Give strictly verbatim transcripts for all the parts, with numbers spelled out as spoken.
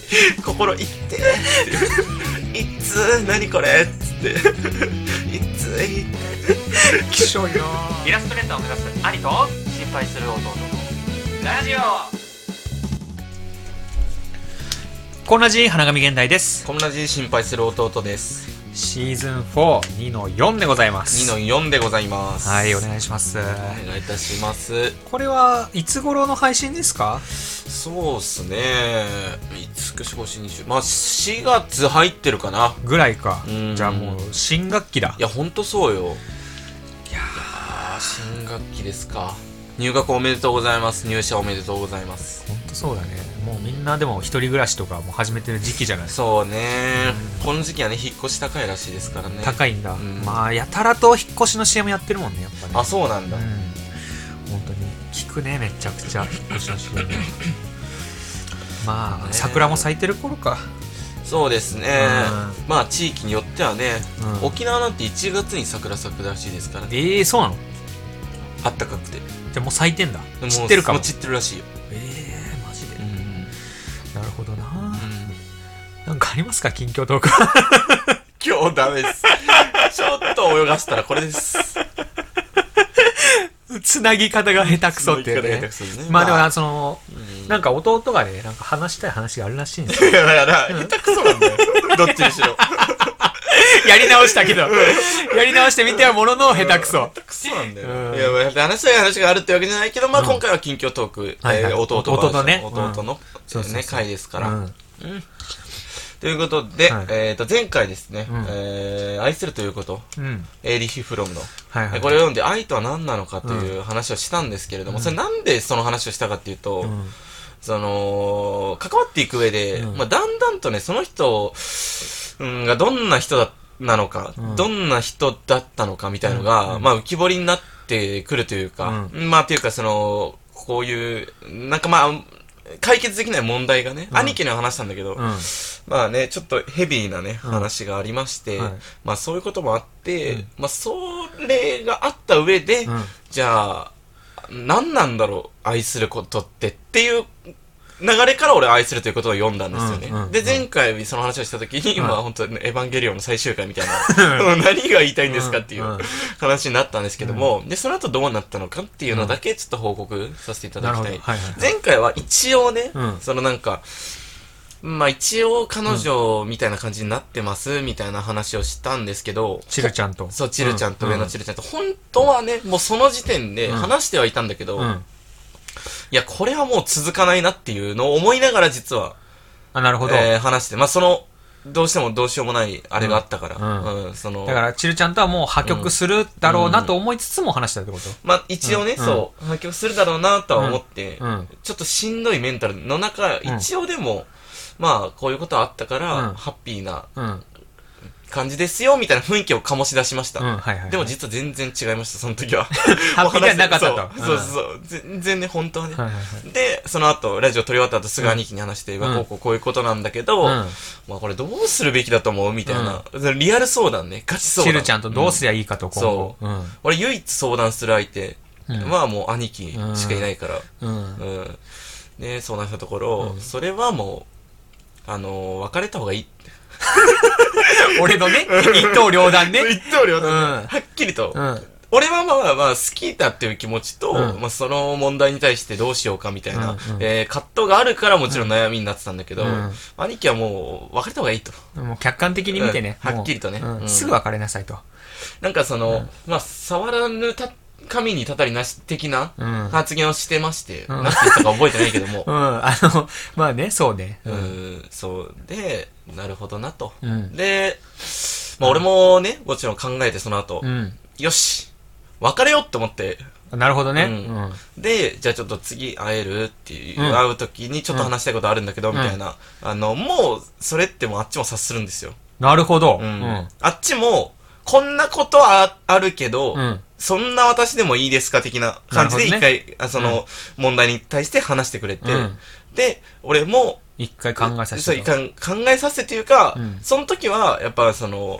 心いってっていつ何これっつっていついきしょいな。 イラストレーターを目指す兄と心配する弟のラジオ。 こんなじ花神現代です。 こんなじ心配する弟です。 シーズンフォー、にのよんでございます。 にのよんでございます。 はい、お願いします。 お願いいたします。 これはいつ頃の配信ですか？ そうっすね、いつかしごしにしゅう、まあしがつ入ってるかなぐらいか。 うんじゃあもう新学期だ。 いやほんとそうよ。いやー新学期ですか。入学おめでとうございます。入社おめでとうございます。 ほんとそうだね。もうみんなでも一人暮らしとかもう始めてる時期じゃない。 そうね、うん、この時期はね引っ越し高いらしいですからね。 高いんだ、 うん、 まあやたらと引っ越しの シーエム やってるもんね、やっぱね。 あ、そうなんだ。うん、 本当に聞くね、めちゃくちゃ引っ越しの シーエム まあ、ね、桜も咲いてる頃か。 そうですね、うん、まあ地域によってはね、うん、沖縄なんていちがつに桜咲くらしいですからね。 ええー、そうなの？ あったかくて。 じゃあもう咲いてんだ。散ってるかも。 もう散ってるらしいよ。 ええー、マジで、うん、なるほどな、うん、なんかありますか、近況トーク。 今日ダメです。ちょっと泳がせたらこれです。 つなぎ方が下手くそっていうね。ね、まあでもその、うん、なんか弟がね、なんか話したい話があるらしいんですよ。 いやだから下手くそなんだよ。どっちにしろ。 やり直したけど、やり直してみてはものの下手くそ。 下手くそなんだよ。うん、いや、まあ、話したい話があるってわけじゃないけど、まあ、今回は近況トーク、うん、えーはいはい、弟弟ね、 弟の、うん、ね、回ですから。 うんうん、ということで、はい、えっと、前回ですね、うん、えー、愛するということ、うん、エーリヒ・フロムの、はいはい、これを読んで愛とは何なのかという話をしたんですけれども、うん、それなんでその話をしたかっていうと、うん、その、関わっていく上で、うん、まあ、だんだんとね、その人、うん、がどんな人だなのか、うん、どんな人だったのかみたいのが、うん、まあ浮き彫りになってくるというか、うん、まあっていうかその、こういう、なんかまあ、解決できない問題がね、うん、兄貴には話したんだけど、うん、まあね、ちょっとヘビーなね、うん、話がありまして、はい、まあそういうこともあって、うん、まあそれがあった上で、うん、じゃあ、何なんだろう、愛することってっていう、流れから俺愛するということを読んだんですよね。うんうん、で、前回その話をしたときに、うん、まあ本当にエヴァンゲリオンの最終回みたいな、何が言いたいんですかっていう話になったんですけども、うん、で、その後どうなったのかっていうのだけちょっと報告させていただきたい。うん、はいはいはい、前回は一応ね、うん、そのなんか、まあ一応彼女みたいな感じになってますみたいな話をしたんですけど、 チルちゃんと。 そう、チルちゃんと上のチルちゃんと、本当はね、もうその時点で話してはいたんだけど、うんうん、いや、これはもう続かないなっていうのを思いながら実は、 あ、なるほど。 えー、話して、まあ、その、どうしてもどうしようもないあれがあったから、 うんうんうん、その。だから、チルちゃんとはもう破局するだろうなと思いつつも話したってこと？うん、 まあ、一応ね、うん、そう、破局するだろうなとは思って、うん、ちょっとしんどいメンタルの中、一応でも、まあ、こういうことあったから、ハッピーな、感じですよみたいな雰囲気を醸し出しました、うんはいはいはい、でも実は全然違いました、その時は。 ハッピーじゃなかったと。 そうそうそう、うん、全然ね、本当はね、はいはいはい、でその後ラジオ撮り終わった後すぐ兄貴に話して、うん、こうこうこういうことなんだけど、うん、まあこれどうするべきだと思うみたいな、うん、リアル相談ね、ガチ相談。 チルちゃんとどうすりゃいいかと、うん、 そう、うん、俺唯一相談する相手は、うん、もう兄貴しかいないから、うんうん、で相談したところ、うん、それはもうあのー、別れた方がいいって俺のね、一刀両断ね。 一刀両断、ね、うん、はっきりと、うん、俺はまあまあ好きだっていう気持ちと、うん、まあその問題に対してどうしようかみたいな、うんうん、えー、葛藤があるからもちろん悩みになってたんだけど、うん、兄貴はもう別れた方がいいと。 もう客観的に見てね。 うん、はっきりとね、 うんうん。すぐ別れなさいと。 なんかその、うん、まあ触らぬた神にたたりなし的な発言をしてまして、うん、なんて言ったか覚えてないけども。 うん、あの、まあね、そうね。 うん、うんそうで、なるほどなと。うん、で、まあ俺もね、もちろん考えてその後、うん、よし別れようって思って。 なるほどね。 うんうん、で、じゃあちょっと次会えるっていう、うん、会う時にちょっと話したいことあるんだけど、みたいな。あの、もう、それってもうあっちも察するんですよ。 なるほど。 うんうん、あっちも、こんなことはあるけど、うん、そんな私でもいいですか的な感じで一回、ね、その、うん、問題に対して話してくれて、うん、で、俺も、 一回考えさせて。 そう、考えさせてというか、うん、その時は、やっぱその、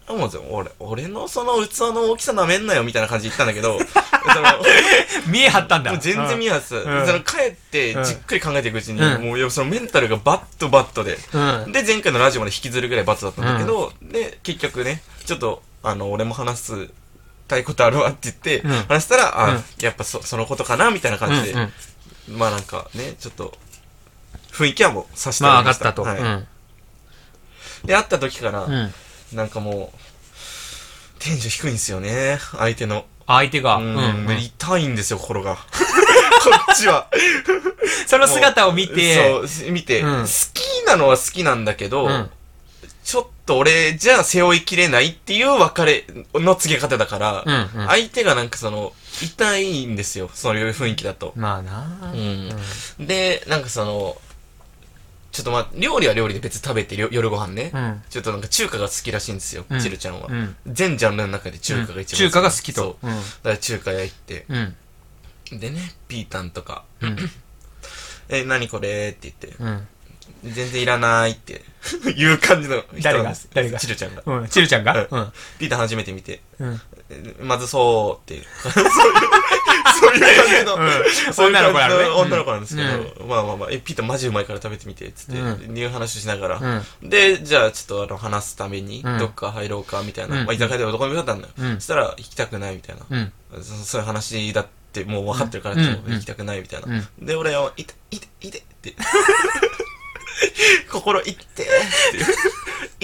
もう俺、俺のその器の大きさなめんなよみたいな感じで言ったんだけど、その見え張ったんだ。 もう全然見え張って、 うん、 その帰ってじっくり考えていくうちに、うん、もうそのメンタルがバットバットで、うん、で、前回のラジオまで引きずるぐらいバツだったんだけど、うん、で、結局ね、ちょっと、あの、俺も話すたいことあるわって言って、うん、話したら、あ、うん、やっぱそ、そのことかなみたいな感じで、うんうん、まあなんかね、ちょっと、雰囲気はもうさしてまあ上がったと。 はい。うん、で、会った時から、うん、なんかもう、テンション低いんですよね、相手の。 相手が。 うん。うん、痛いんですよ、心が。こっちは。 その姿を見て。 そう、見て、うん、好きなのは好きなんだけど、うん、ちょっと俺じゃあ背負いきれないっていう別れの告げ方だから、うんうん、相手がなんかその、痛いんですよ、そういう雰囲気だと。 まあなうん、うん。で、なんかその、ちょっとまあ、料理は料理で別に食べて、夜ご飯ね、うん。ちょっとなんか中華が好きらしいんですよ、うん、チルちゃんは、うん。全ジャンルの中で中華が一番好き。 中華が好きと。そう。 だから中華屋行って。うん、でね、ピータンとか、うん、え、何これって言って、うん、全然いらないっていう感じの人なんです。 誰が誰がチルちゃんが。 うん、チルちゃんが、うん、 ピータン初めて見て、うん、まずそうっていう。そういう感じの、うん、そういう感じの女の子なんですけど、うん、まあまあまあ、え、ピータンマジうまいから食べてみて、つって、うん、いう話をしながら、うん、で、じゃあちょっとあの、話すために、どっか入ろうか、みたいな、うん、まあ居酒屋で男の子だったんだよ。うん、そしたら、行きたくないみたいな、うん、そういう話だって、もう分かってるから、うん、行きたくないみたいな。うん、で、俺は、いて、いて、いてって、心いって、って、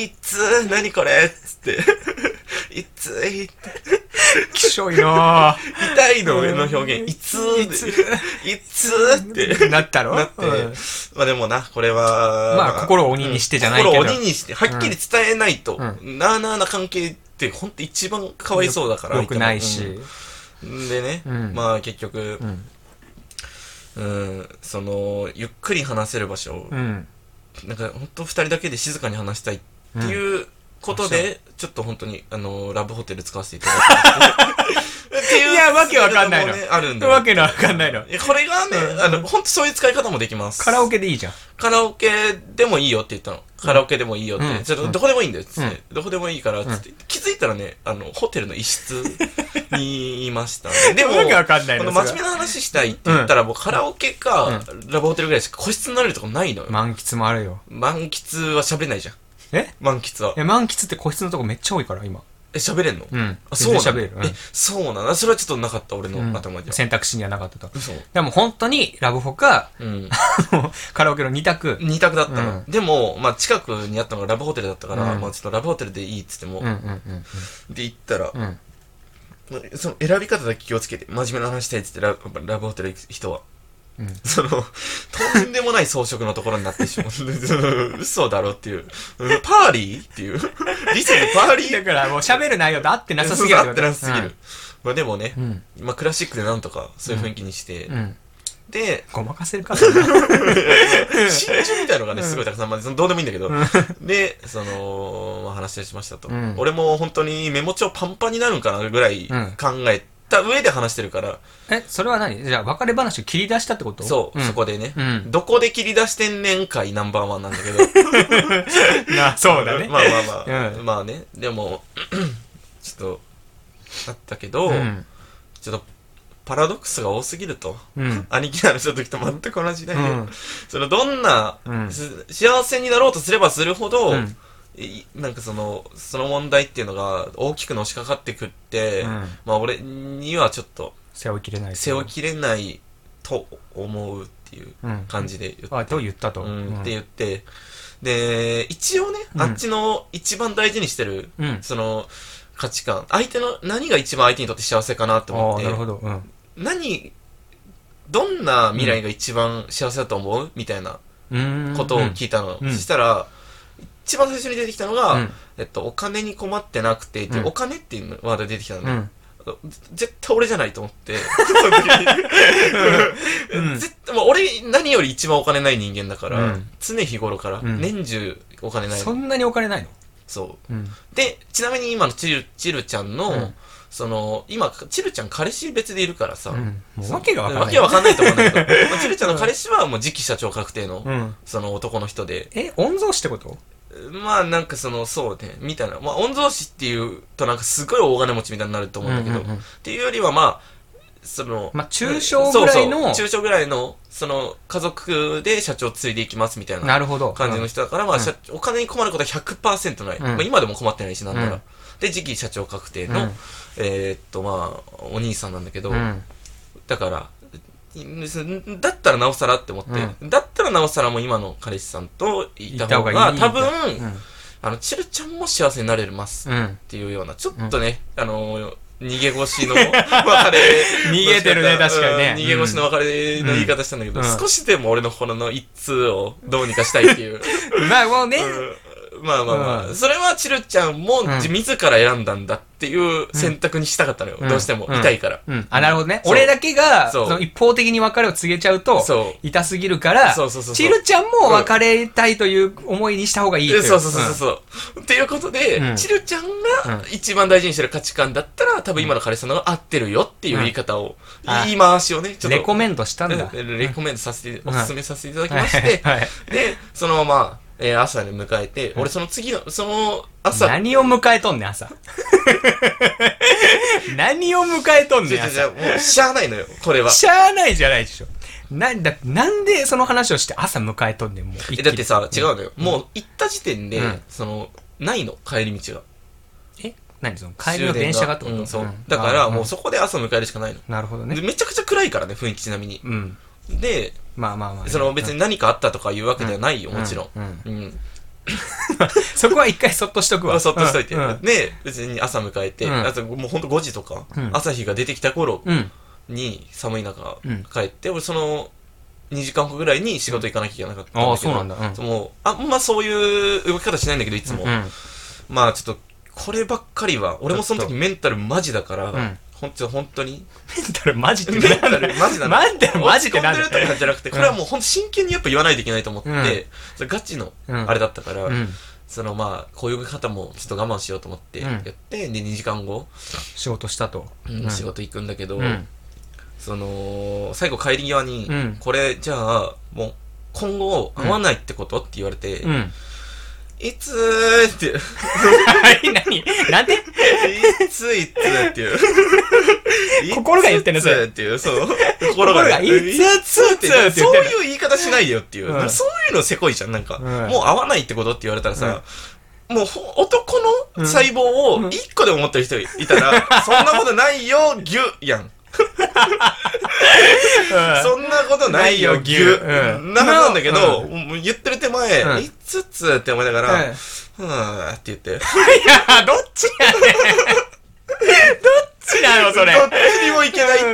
いつ、何これつって、いつ、いって、 きしょいなぁ。 痛いの上の表現、いつ、いつ、いつってなったろなって、うん、まあでもな、これは、 まあ心を鬼にしてじゃないけど、 心を鬼にして、はっきり伝えないと、うん、なあなあな関係ってほんと一番かわいそうだから。 よくないし。 うん、でね、うん、まあ結局、うん、うん、その、ゆっくり話せる場所、うん、なんかほんと二人だけで静かに話したいっていうことで、うん、ちょっと本当に、あの、ラブホテル使わせていただいて。っていう。 いや、わけわかんないの。 ね、あるんだよ。わけのわかんないの。 これがね、うん、あの、ほんとそういう使い方もできます。 カラオケでいいじゃん。 カラオケでもいいよって言ったの。カラオケでもいいよって。うん、ちょっとどこでもいいんだよ、つって。うん、どこでもいいから、つって。うん、気づいたらね、あの、ホテルの一室にいました、ね。でも、 わけわかんないの。 この真面目な話したいって言ったら、もうカラオケか、うん、ラブホテルぐらいしか個室になれるとこないのよ。 満喫もあるよ。 満喫は喋れないじゃん。え満喫は。 え、満喫って個室のとこめっちゃ多いから、今。 え、喋れんの？ うん。 あ、そうなの？ 喋れる。うん、 え、そうなの？それはちょっとなかった、俺の頭では。 選択肢にはなかったと。 嘘。 でも本当にラブホか、うん、カラオケの二択。 二択だったの。でも、まあ近くにあったのがラブホテルだったから、まあちょっとラブホテルでいいっつっても、で行ったら、その選び方だけ気をつけて、真面目な話したいっつってラブホテル行く人は。うん、その、とんでもない装飾のところになってしまう。嘘だろっていう。パーリーっていう。リセでパーリーだからもう喋る内容と合ってなさすぎる。 合ってなさすぎる。うん、まあでもね、うん、まあクラシックでなんとかそういう雰囲気にして、うん、で、 ごまかせるかな。真珠みたいのがね、すごいたくさん、まあ、どうでもいいんだけど、で、その、まあ話しましたと。うん、俺も本当にメモ帳パンパンになるんかなぐらい考えて、た上で話してるから。 え、それは何？じゃあ別れ話を切り出したってこと？ そう、うん、そこでね、うん。どこで切り出してんねんかいナンバーワンなんだけど。 な、そうだね。 まあまあまあ。うん、まあね、でも、ちょっと、あったけど、うん、ちょっと、パラドックスが多すぎると。うん、兄貴の話の時と全く同じだけど、うん、その、どんな、うん、幸せになろうとすればするほど、うんなんかその、その問題っていうのが大きくのしかかってくって、うん、まあ俺にはちょっと、 背負いきれない。 背負いきれないと思うっていう感じで言って。うん、 あ、と言ったと。 うん、って言って、で、一応ね、うん、あっちの一番大事にしてる、うん、その価値観、相手の、何が一番相手にとって幸せかなって思って、 なるほど。うん、 何、どんな未来が一番幸せだと思うみたいなことを聞いたの。うん、そしたら、一番最初に出てきたのが、うん、えっと、お金に困ってなくて、うん、お金っていうワード出てきたのね、うん。絶対俺じゃないと思って、その時に絶対、もう俺何より一番お金ない人間だから、うん、常日頃から、年中お金ない。 そんなにお金ないの？ そう。うん、で、ちなみに今のチル、チルちゃんの、うん、その、今、チルちゃん彼氏別でいるからさ。うん、 もうわけがわかんない。 わけわかんないと思うんだけど、チルちゃんの彼氏はもう次期社長確定の、うん、その男の人で。 え、御曹司ってこと？ まあなんかそのそうねみたいな、まあ御曹司っていうとなんかすごい大金持ちみたいになると思うんだけど、うんうんうん、っていうよりはまあそのまあ中小ぐらいのそうそう中小ぐらいのその家族で社長を継いでいきますみたいな感じの人だから、まあ、うん、お金に困ることは ひゃくパーセント ない、うん、まあ、今でも困ってないしなんなら、うん、で次期社長確定の、うん、えー、っとまあお兄さんなんだけど、うん、だからだったらなおさらって思って、うん、だったらなおさらもう今の彼氏さんといた方が多分、うん、あのチルちゃんも幸せになれますっていうようなちょっとね、うん、あの逃げ腰の別れ逃げてるね確かにね、 うん、逃げ腰の別れの言い方したんだけど、うん、少しでも俺の心の一通をどうにかしたいっていうまあもうね、 うんまあまあまあ、うん、それはチルちゃんも、うん、自ら選んだんだっていう選択にしたかったのよ、うん、どうしても、うん、痛いから、 うんうん、あなるほどね、俺だけがその一方的に別れを告げちゃうと痛すぎるからチルちゃんも別れたいという思いにした方がいいという、 そうそうそうそう、うん、っていうことで、うん、チルちゃんが一番大事にしてる価値観だったら多分今の彼氏さんのが合ってるよっていう言い方を、うん、言い回しをねちょっとレコメンドしたんだ、 レコメンドさせて、おすすめさせていただきまして、はいはい、でそのままえー、朝に迎えて、俺その次の、その朝。 何を迎えとんねん、朝。何を迎えとんねん、朝。 じゃもう、しゃあないのよ、これは。 しゃあないじゃないでしょ。な、だ、なんでその話をして朝迎えとんねん、もう。 だってさ、違うのよ。うん、もう行った時点で、うん、その、ないの、帰り道が。 え何その、帰りの電車がってこと、うん、 そう。だから、もうそこで朝迎えるしかないの。 なるほどね。 でめちゃくちゃ暗いからね、雰囲気ちなみに。うん。で、 まあまあまあ、ね、 その別に何かあったとかいうわけではないよ、もちろん。うん。うん、 そこは一回そっとしとくわ。 そっとしといて。うんうん、で、別に朝迎えて、うん、あともうほんとごじとか、うん、朝日が出てきた頃に寒い中帰って、うん、俺そのにじかんごぐらいに仕事行かなきゃいけなかったんだけど、ああ、そうなんだ。うん、もうあんまそういう動き方しないんだけど、いつも。うん、まあちょっと、こればっかりは、俺もその時メンタルマジだから、うんほんと、ほんとにメンタルマジってメンタルマジなのメンタルマジってなんだ落ち込んでるって感じじゃなくて、これはもうほんと真剣にやっぱ言わないといけないと思って、うん、それガチのあれだったから、うん、そのまあ、こういう方もちょっと我慢しようと思ってやって、うん、で、にじかんご仕事したと。 うん、仕事行くんだけど、うん、その、最後帰り際に、うん、これじゃあ、もう今後会わないってこと、って言われて、うんいつーって。 何なんでいついつっていう。 心が言ってんのそれ。 っていう、そう。心が、 ね、いつつって言ってそういう言い方しないでよっていう。うん、そういうのせこいじゃん。なんか、うん、もう会わないってことって言われたらさ、うん、もう男の細胞を一個で思ってる人いたら、うん、そんなことないよ、ギュやん。そんなことないよ、ギュ。うん、なはずなんだけど、うん、言ってる手前、うん、いつつって思いながら、うん、ふーって言って。いや、どっちやねん。どっちなの、それ。 どっちにもいけないっていう。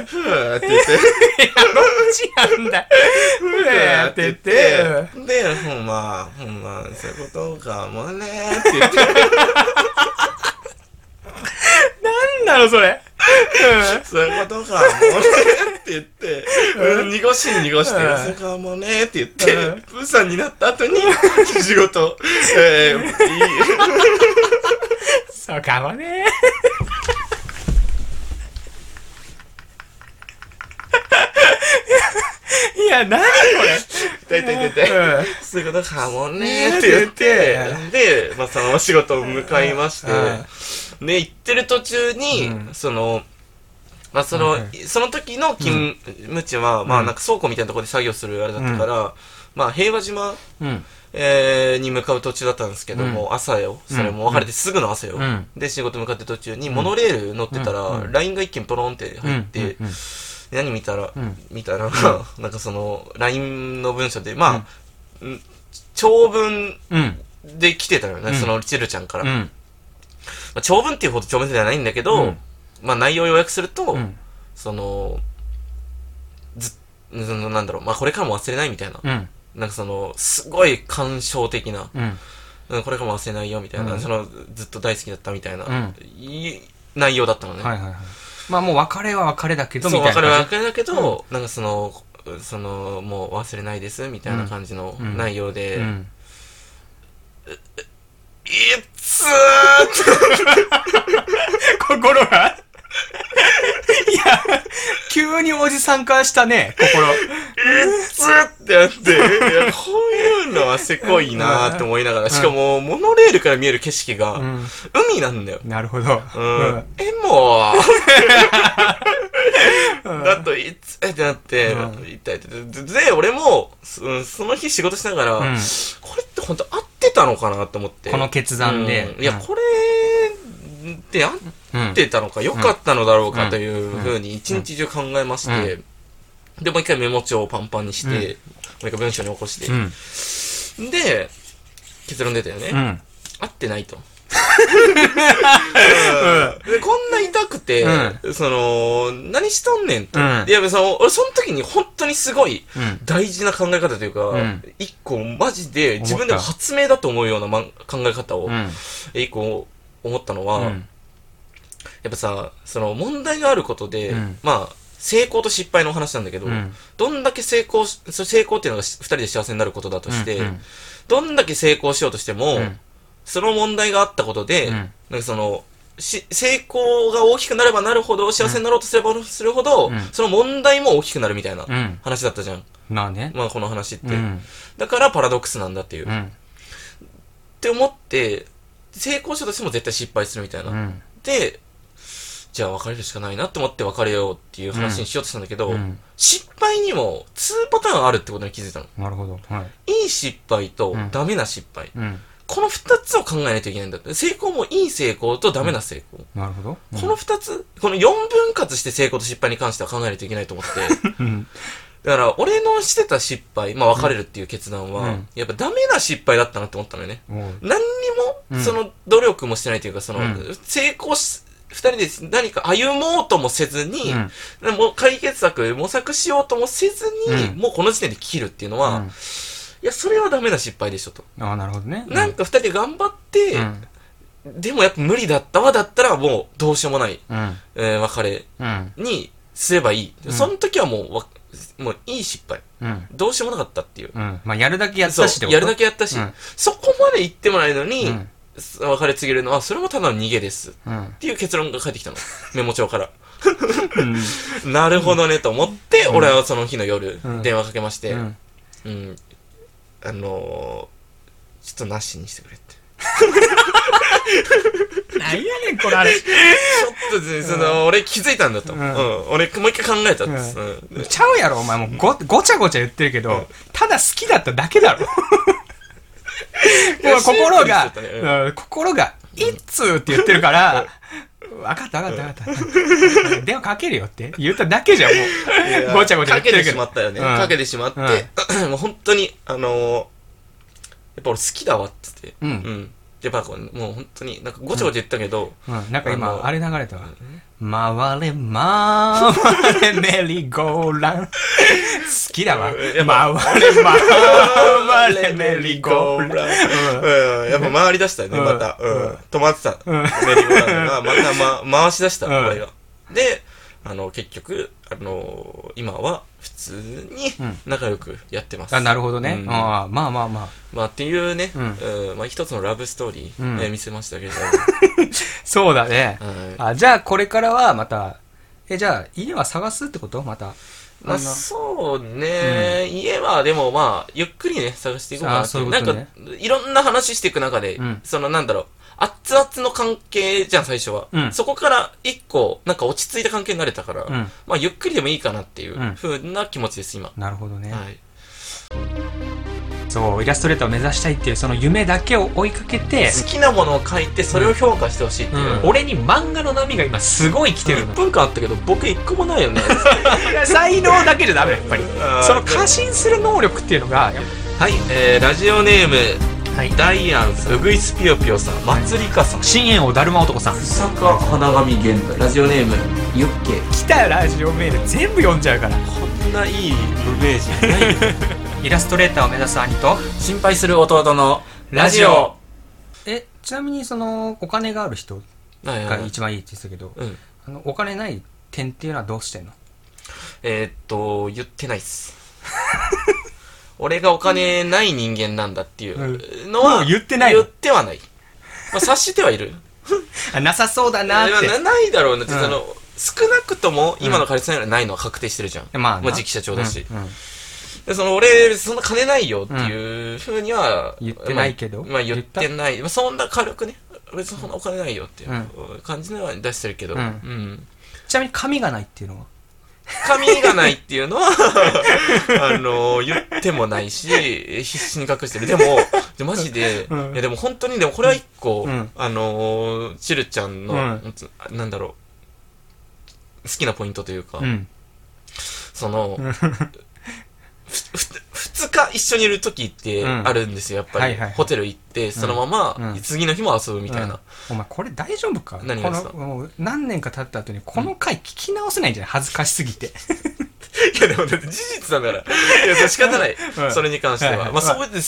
ふーって言って。いや、 どっちなんだ。ふーって言って。 で、ほんま、ほんま、そういうことかもねーって言って。 なんなの、それ。 うん、そういうことかもねって言って、うん、濁しに濁して、うん、そうかもねって言って、うん、プーさんになった後に仕事、えー、いい。 そうかもねいや、なにこれ痛い痛い痛い痛い。そういうことかもねって言って、で、まあその仕事を向かいまして、で、行ってる途中に、うん、その、まあその、はいはい、その時の勤務地は、うん、まあなんか倉庫みたいなところで作業するあれだったから、うん、まあ平和島、うん、えー、に向かう途中だったんですけども、うん、朝よ、それも別れてすぐの朝よ、うん、で仕事向かって途中にモノレール乗ってたら、うん、ライン が一件ポロンって入って、うんうんうん、何見たら、うん、見たら、なんかその ライン の文章で、まあ、うん、長文で来てたのよね、うん、そのチルちゃんから。うんまあ、長文っていうほど長文ではないんだけど、うん、まあ内容を要約すると、うん、その、ず、なんだろう、まあこれからも忘れないみたいな、うん、なんかその、すごい感傷的な、うん、これからも忘れないよみたいな、うん、その、ずっと大好きだったみたいな、うん、い内容だったのね。はいはいはい。 まあもう別れは別れだけど、みたいな。 そう、別れは別れだけど、うん、なんかその、その、もう忘れないです、みたいな感じの内容で、うんうんいつー心がいや、 急におじさん化したね、心。 うっつってなって、いや、こういうのはせこいなーって思いながら、しかも、モノレールから見える景色が、海なんだよ。 なるほど。 うん。え、もう、だと、いつ、えってなって、痛いって。で、俺も、その日仕事しながら、これって本当合ってたのかなと思って。 この決断で。 いや、これ、って合ってたのか、良かったのだろうかというふうに一日中考えまして、で、もう一回メモ帳をパンパンにして、もう一回文章に起こして、で、結論出たよね。合ってないと。でこんな痛くて、うん、その、何しとんねんと。うん、いや、その、俺その時に本当にすごい大事な考え方というか、うん、一個マジで自分でも発明だと思うような、ま、考え方を、うん、一個思ったのは、うん、やっぱさ、その問題があることで、うん、まあ、成功と失敗のお話なんだけど、うん、どんだけ成功し、成功っていうのが二人で幸せになることだとして、うんうん、どんだけ成功しようとしても、うんその問題があったことで、うん、なんかその、し、成功が大きくなればなるほど、幸せになろうとすればするほど、うん、その問題も大きくなるみたいな話だったじゃん。うん、 まあね。 まあこの話って。うん、だからパラドックスなんだっていう。うん、って思って、成功したとしても絶対失敗するみたいな。うん、で、じゃあ別れるしかないなって思って別れようっていう話にしようとしたんだけど、うん、失敗にもにパターンあるってことに気づいたの。 なるほど。はい。 いい失敗とダメな失敗。うんうんこの二つを考えないといけないんだって。成功もいい成功とダメな成功。 うん、なるほど。 うん、この二つ、この四分割して成功と失敗に関しては考えないといけないと思って。うん、だから、俺のしてた失敗、まあ別れるっていう決断は、うん、やっぱダメな失敗だったなって思ったのよね。うん、何にも、その努力もしてないというか、その、うん、成功し、二人で何か歩もうともせずに、うん、もう解決策模索しようともせずに、うん、もうこの時点で切るっていうのは、うんいや、それはダメな失敗でしょと。 ああ、なるほどね。 なんか二人で頑張って、うん、でもやっぱ無理だったわだったらもうどうしようもない、うんえー、別れにすればいい。うん、その時はもうわ、もういい失敗、うん。どうしようもなかったっていう。 うん、まあやるだけやったしってことやるだけやったし、うん、そこまで言ってもないのに、うん、別れ告げるのは、それもただの逃げです。うん、っていう結論が返ってきたの。メモ帳から。うん、なるほどねと思って、うん、俺はその日の夜、うん、電話かけまして、うんうんあのー、ちょっとなしにしてくれって。 なんやねん、これあれ。ちょっとね、その、うん、俺気づいたんだと。うん。うん、俺、もう一回考えたんです、 うん。ちゃうやろ、お前もうご、ごちゃごちゃ言ってるけど、うん、ただ好きだっただけだろ。もう心が、ねうん、心が、一通って言ってるから、わかったわかったわかった。電話かけるよって言っただけじゃん、もう。ごちゃごちゃ言ってるけど。かけてしまったよね。うん、かけてしまって、うん、もう本当に、あのー、やっぱ俺好きだわって言って。うん。うん。で、やっぱもう本当に、なんかごちゃごちゃ言ったけど。 うん。うん、なんか今、あれ流れたわ。回れ、回れ、メリーゴーラン。好きだわ。回れ、回れ、メリーゴーラン。 うん。やっぱ回り出したよね、また。うん。止まってた。メリーゴーランが、また、ま、回し出した、俺が。で、あの、結局、あの、今は普通に仲良くやってます。 あ、なるほどね。ああ、まあまあまあ。 まあっていうね、まあ一つのラブストーリー見せましたけど。 そうだね。あ、じゃあこれからはまた、え、じゃあ家は探すってことまた。 まあそうね、家はでもまあ、ゆっくりね、探していこうかなって。なんか、いろんな話していく中で、そのなんだろう、熱々の関係じゃん、最初は。うん、そこから一個、なんか落ち着いた関係になれたから、うん、まあ、ゆっくりでもいいかなっていう風な気持ちです、今。 なるほどね。はい。そう、イラストレーターを目指したいっていう、その夢だけを追いかけて、 好きなものを描いて、それを評価してほしいっていう、 うん。俺に漫画の波が今すごい来てるの。 いっぷんかんあったけど、僕一個もないよね。 才能だけじゃダメ、やっぱり。その過信する能力っていうのが、 はい、えー、ラジオネーム、はい、ダイアンさん、うぐいすぴよぴよさん、まつりかさん、 新縁王だるま男さん、 草加花神玄太、ラジオネームユッケ。 来たよ、ラジオメール全部読んじゃうから。 こんないい無名人ないよ。 イラストレーターを目指す兄と心配する弟のラジオ。 え、ちなみにそのお金がある人が一番いいって言ってたけど、うん、あのお金ない点っていうのはどうしてんの？ えー、っと言ってないっす。俺がお金ない人間なんだっていうのは、 うん、言ってない言ってはない。まあ、察してはいる。 なさそうだなって。 な, ないだろうなって、うん、その少なくとも今の彼氏さんよりないのは確定してるじゃん。 まあ、 まあ、次期社長だし。 うんうん、 で、その、俺、そんな金ないよっていうふうには、 うん、言ってないけど。 まあ、まあ、言ってない。まあ、そんな軽くね、別にそんなお金ないよっていう感じでは出してるけど。うん。うん、 ちなみに髪がないっていうのは髪がないっていうのは、あのー、言ってもないし、必死に隠してる。でも、マジで、うん、いやでも本当に、でもこれは一個、うん、あのー、チルちゃんの、うん、なんだろう、好きなポイントというか、うん、その、ふつか一緒にいる時ってあるんですよ、やっぱり。はいはいはい、ホテル行って、そのまま、うん、次の日も遊ぶみたいな。うん、 お前、これ大丈夫か？ 何がですか？ このもう何年か経った後に、この回聞き直せないんじゃない？恥ずかしすぎて。 いや、でも、だって事実だから。いや、仕方ない。うん、それに関しては。はいはい、まあ、そうです、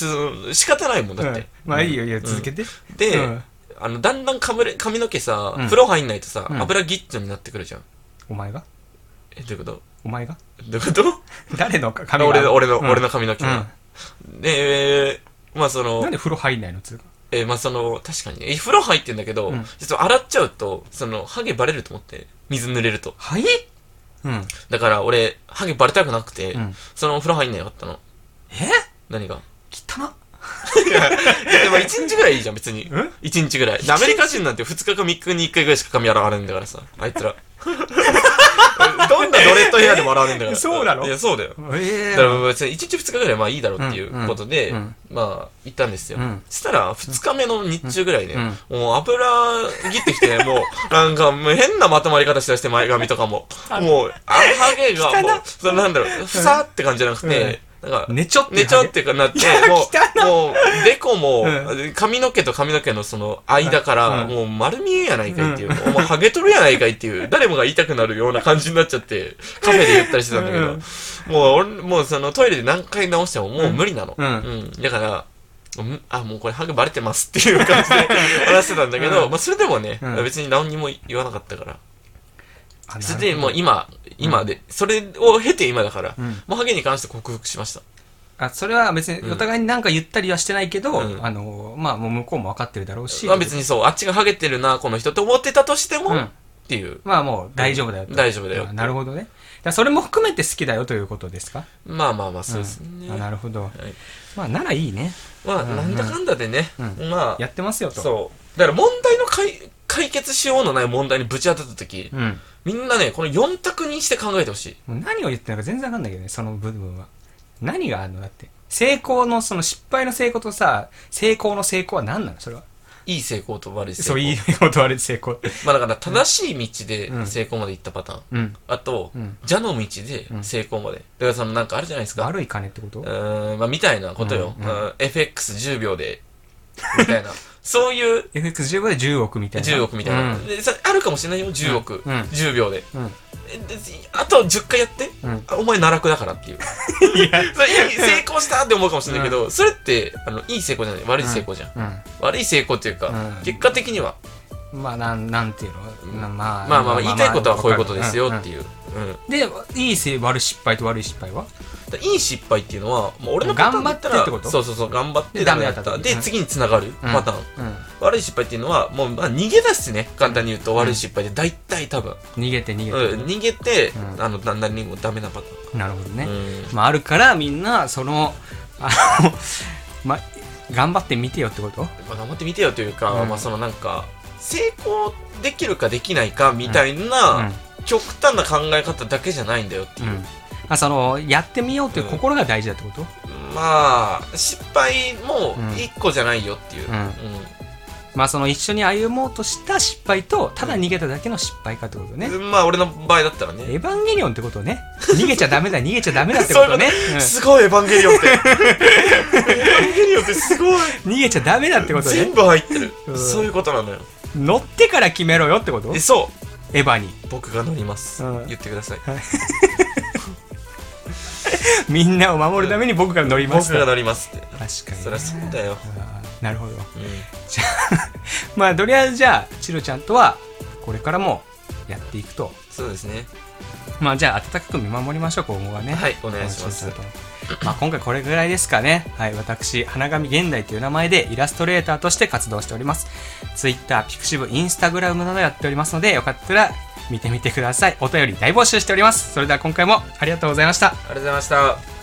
仕方ないもんだって。うん、 まあ、いいよ、いいよ、続けて。 で、うん、あの、だんだん髪の毛さ、風呂入んないとさ、油ギッチョになってくるじゃん。 お前が？ え、どういうこと？ お前が？ どういうこと？ 誰の髪が？ 俺の、俺の、俺の髪の毛が。で、まあその、 なんで風呂入んないのつうか。 えー、まあその、確かにね、風呂入ってんだけど、うん、実は洗っちゃうと、その、ハゲバレると思って、水濡れると。 はい？うん。 だから俺、ハゲバレたくなくて、うん、その風呂入んないよかったの。 え？ 何が？ 汚っ。 いや、でもいちにちぐらいいいじゃん、別に。いちにちぐらい。アメリカ人なんてふつかかみっかにいっかいぐらいしか髪洗わないんだからさ、あいつら。どんなドレッドヘアでも洗わねえんだから。 そうなの？ いや、そうだよ。 ええー。 だから別にいちにちふつかぐらいまあいいだろうっていうことで、うんうん、まあ、行ったんですよ。うん、そしたら、ふつかめの日中ぐらいね、うん、もう油切ってきて、もう、なんかもう変なまとまり方しだして、前髪とかも。もう、あハゲがもう、それなんだろう、ふさーって感じじゃなくて、なんか、 寝ちょって。 寝ちょってかなって、もう、もう、デコも、髪の毛と髪の毛のその間から、もう丸見えやないかいっていう、お前ハゲとるやないかいっていう、誰もが言いたくなるような感じになっちゃって、カフェで言ったりしてたんだけど、もう、俺、もうそのトイレで何回直してももう無理なの。うん。だから、あ、もうこれハゲバレてますっていう感じで話してたんだけど、まあそれでもね、別に何にも言わなかったから。それでもう今、今で、うん、それを経て今だから、うん、もうハゲに関して克服しました。 あ、それは別にお互いに何か言ったりはしてないけど、うん、あの、まあもう向こうも分かってるだろうし。 まあ別にそう、あっちがハゲてるな、この人って思ってたとしても、うん、っていう。 まあもう大丈夫だよと、 うん。大丈夫だよ。 なるほどね。だそれも含めて好きだよということですか？ まあまあまあ、そうですね。 うん、あなるほど。はい、まあならいいね。 まあ、うん、なんだかんだでね、うん、まあ。 やってますよと。 そう。だから問題の解、解決しようのない問題にぶち当たったとき、うん、みんなね、このよん択にして考えてほしい。 もう何を言ってるのか全然わかんないけどね、その部分は。何があるのだって。成功の、その失敗の成功とさ、成功の成功は何なのそれは。 いい成功と悪い成功。 そう、いい成功と悪い成功。 まあだから正しい道で成功まで行ったパターン。うん、あと、うん、蛇の道で成功まで。だからそのなんかあるじゃないですか。 悪い金ってこと？ うーん、まあみたいなことよ。うんうん、エフエックスじゅうびょうで、みたいな。そういう。 エフエックスじゅうびょうでじゅうおくみたいな。 じゅうおくみたいな。うん、であるかもしれないよ、じゅうおく。うん、じゅうびょうで。うんあとじゅっかいやって、うん、お前奈落だからっていういや成功したって思うかもしれないけど、うん、それってあのいい成功じゃない悪い成功じゃん、うんうん、悪い成功っていうか、うん、結果的にはまあなんなんていうの、まあ、 まあまあまあ言いたいことはこういうことですよっていう、 うんうん、でいいせ悪い失敗と悪い失敗はいい失敗っていうのはもう俺のパターンだったら頑張ってってこと？ そうそうそう頑張ってダメだったで、うん、次に繋がるパターン、うんうん、悪い失敗っていうのはもう、まあ、逃げ出すね簡単に言うと悪い失敗で大体多分逃げて逃げて、 うん、逃げて、うん、あの何にもダメなパターンなるほどね、うん、まああるからみんなそのあのまあ頑張ってみてよってこと？ まあ頑張ってみてよというか、うん、まあそのなんか成功できるかできないかみたいな、うんうん、極端な考え方だけじゃないんだよっていう、うんあそのやってみようという心が大事だってこと？うん、 まあ失敗も一個じゃないよっていう、うんうんうん、 まあその一緒に歩もうとした失敗とただ逃げただけの失敗かってことね、 うん、まあ俺の場合だったらねエヴァンゲリオンってことね逃げちゃダメだ逃げちゃダメだってことねそういうこと、うん、すごいエヴァンゲリオンってエヴァンゲリオンってすごい逃げちゃダメだってことね全部入ってる、うん、そういうことなのよ乗ってから決めろよってこと？ えそうエヴァに僕が乗ります、うん、言ってください、はいみんなを守るために僕が乗ります、 僕が乗りますって確かに、ね、 そりゃそうだよなるほど、うん、じゃあまあとりあえずじゃあチロちゃんとはこれからもやっていくとそうですねまあじゃあ温かく見守りましょう今後はねはいお願いしますまあ今回これぐらいですかねはい私花神現代という名前でイラストレーターとして活動しております Twitter、ピクシブ、Instagram などやっておりますのでよかったら見てみてください。お便り大募集しております。それでは今回もありがとうございました。ありがとうございました。